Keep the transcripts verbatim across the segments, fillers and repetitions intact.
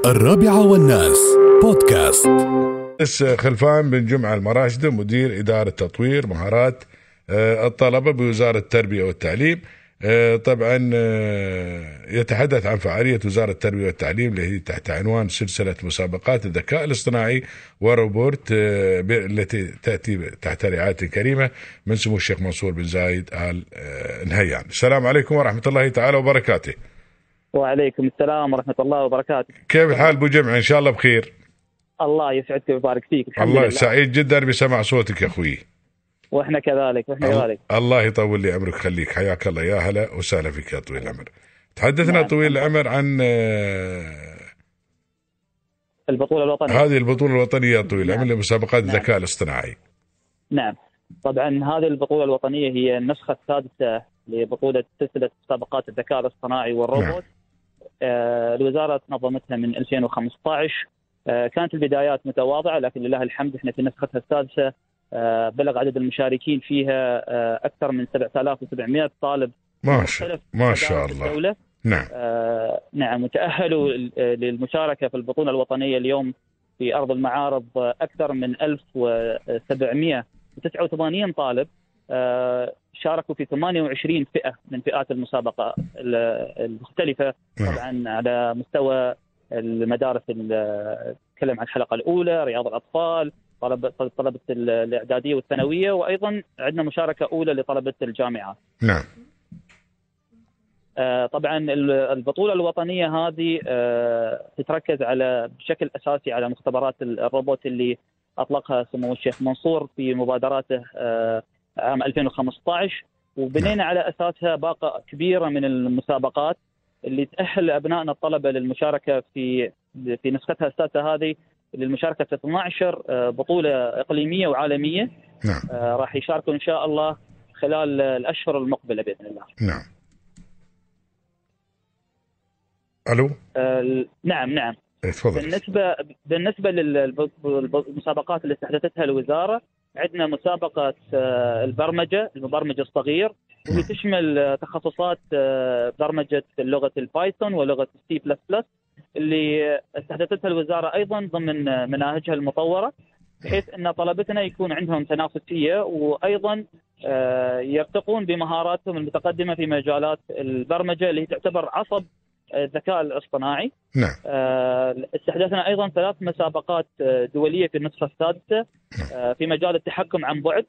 الرابعة والناس بودكاست. خلفان بن جمعة المراشدي، مدير إدارة تطوير مهارات الطلبة بوزارة التربية والتعليم. طبعا يتحدث عن فعالية وزارة التربية والتعليم اللي هي تحت عنوان سلسلة مسابقات الذكاء الاصطناعي وروبورت التي تأتي تحت رعاية كريمة من سمو الشيخ منصور بن زايد آل نهيان. السلام عليكم ورحمة الله تعالى وبركاته. وعليكم السلام ورحمة الله وبركاته. كيف الحال أبو جمعة؟ إن شاء الله بخير. الله يسعدك ويبارك فيك. الحمد الله لله. سعيد جدا بسمع صوتك يا أخوي. واحنا كذلك واحنا كذلك. الله يطول لي عمرك، خليك، حياك الله، يا هلا وسهلا فيك يا طويل العمر. تحدثنا نعم. طويل العمر عن البطولة الوطنية. هذه البطولة الوطنية يا طويل العمر نعم. لمسابقات نعم. الذكاء الاصطناعي. نعم طبعا هذه البطولة الوطنية هي النسخة السادسة لبطولة سلسلة مسابقات الذكاء الاصطناعي والروبوت. نعم. آه الوزارة نظمتها من ألفين وخمسة عشر. آه كانت البدايات متواضعة، لكن لله الحمد احنا في نسختها السادسة آه بلغ عدد المشاركين فيها آه أكثر من سبعة آلاف وسبعمائة طالب. ما شاء ما شاء الله. نعم. آه نعم وتأهلوا للمشاركة في البطولة الوطنية اليوم في أرض المعارض أكثر من ألف وسبعمائة وتسعة وثمانين طالب. آه شاركوا في ثمانية وعشرين فئة من فئات المسابقة المختلفة. نعم. طبعا على مستوى المدارس، نتكلم عن الحلقة الأولى، رياض الأطفال، طلبة طلبة الإعدادية والثانوية، وأيضا عندنا مشاركة أولى لطلبة الجامعات. نعم. آه طبعا البطولة الوطنية هذه آه تتركز على بشكل أساسي على مختبرات الروبوت اللي أطلقها سمو الشيخ منصور في مبادراته آه عام ألفين وخمسة عشر، وبنينا على أساسها باقة كبيرة من المسابقات اللي تأهل أبنائنا الطلبة للمشاركة في في نسختها السادسة هذه للمشاركة في اثنتي عشرة بطولة إقليمية وعالمية. نعم. آه راح يشاركوا إن شاء الله خلال الأشهر المقبلة بإذن الله. نعم. ألو. آه نعم نعم. اتفضل. بالنسبة بالنسبة للمسابقات اللي استحدثتها الوزارة، عندنا مسابقة آه البرمجة، المبرمج الصغير، وهي تشمل تخصصات آه برمجة لغة البايثون ولغة السي بلس بلس اللي استحدثتها الوزارة أيضا ضمن مناهجها المطورة، بحيث أن طلبتنا يكون عندهم تنافسية وأيضا يرتقون بمهاراتهم المتقدمة في مجالات البرمجة اللي تعتبر عصب الذكاء الاصطناعي. نعم. استحدثنا أيضا ثلاث مسابقات دولية في النسخة السادسة في مجال التحكم عن بعد،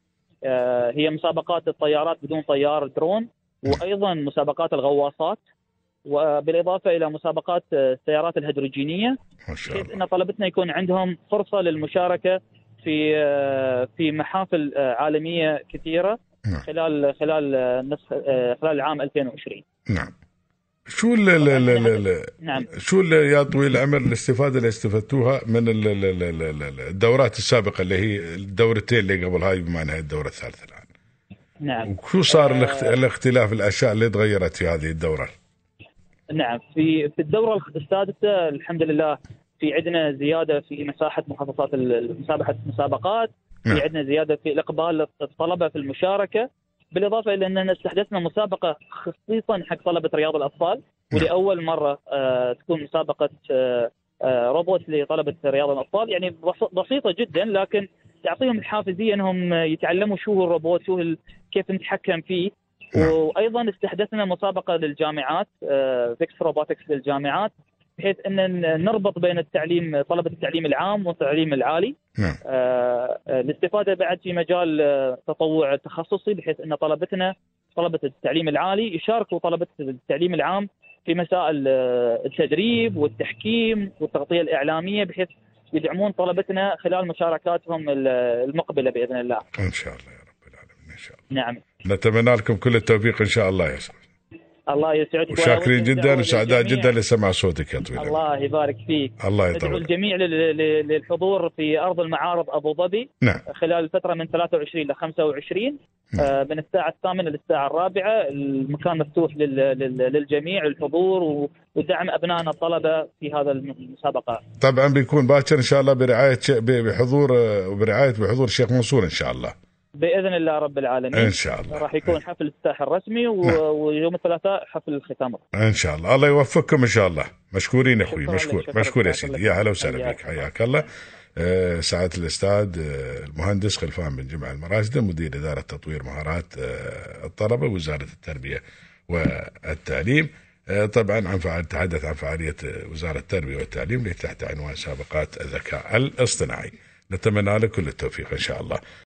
هي مسابقات الطيارات بدون طيار درون، وأيضا مسابقات الغواصات، وبالإضافة إلى مسابقات السيارات الهيدروجينية، بحيث أن طلبتنا يكون عندهم فرصة للمشاركة في في محافل عالمية كثيرة خلال خلال نسخ خلال العام ألفين وعشرين. نعم. شو ال ال ال ال نعم. شو يا طويل العمر الاستفادة اللي استفدتوها من الدورات السابقة اللي هي الدورتين اللي قبل هاي بما أنها الدورة الثالثة الآن؟ نعم. وشو صار آه الاختلاف الأشياء اللي تغيرت في هذه الدورة؟ نعم. في في الدورة السادسة الحمد لله في عندنا زيادة في مساحة مخصصات مسابقة مسابقات. نعم. في عندنا زيادة في الإقبال الطلبة في المشاركة، بالإضافة إلى أننا استحدثنا مسابقة خصيصا حق طلبة رياض الأطفال. نعم. ولأول مرة آه تكون مسابقة آه آه روبوت لطلبة رياض الأطفال، يعني بسيطة جدا لكن تعطيهم الحافزية أنهم يتعلموا شو هو الروبوت، شو ال... كيف نتحكم فيه. وأيضا استحدثنا مسابقة للجامعات، فيكس روبوتكس للجامعات، بحيث أن نربط بين التعليم طلبة التعليم العام والتعليم العالي. نعم. الاستفادة بعد في مجال تطوع تخصصي، بحيث أن طلبتنا طلبة التعليم العالي يشاركوا طلبة التعليم العام في مسائل التدريب والتحكيم والتغطية الإعلامية، بحيث يدعمون طلبتنا خلال مشاركاتهم المقبلة بإذن الله. إن شاء الله يا رب العالمين. إن شاء الله. نعم. نتمنى لكم كل التوفيق إن شاء الله يا سيدي. الله يسعدك. وشاكرين جدا وسعداء جدا لسمع صوتك يا طويل. الله يبارك فيك. الله يطول. ندعو الجميع للحضور في أرض المعارض أبو ظبي. نعم. خلال الفترة من ثلاثة وعشرين إلى خمسة وعشرين. نعم. من الساعة الثامنة للساعة الرابعة. المكان مفتوح للجميع الحضور ودعم أبنائنا الطلبة في هذا المسابقة. طبعا بيكون باكر إن شاء الله برعاية بحضور وبرعاية بحضور الشيخ منصور إن شاء الله. باذن الله رب العالمين ان شاء الله. راح يكون حفل الافتتاح الرسمي و... ويوم الثلاثاء حفل الختام ان شاء الله. الله يوفقكم ان شاء الله. مشكورين اخوي. شكراً مشكور لك، شكراً مشكور يا لك. سيدي. يا هلا وسهلا حياك بك. حياك الله. أه سعادة الأستاذ أه المهندس خلفان بن جمعة المراشدة، مدير إدارة تطوير مهارات أه الطلبة وزارة التربية والتعليم. أه طبعا عن فعال تحدث عن فعالية وزارة التربية والتعليم اللي تحت عنوان سابقات الذكاء الاصطناعي. نتمنى له كل التوفيق إن شاء الله.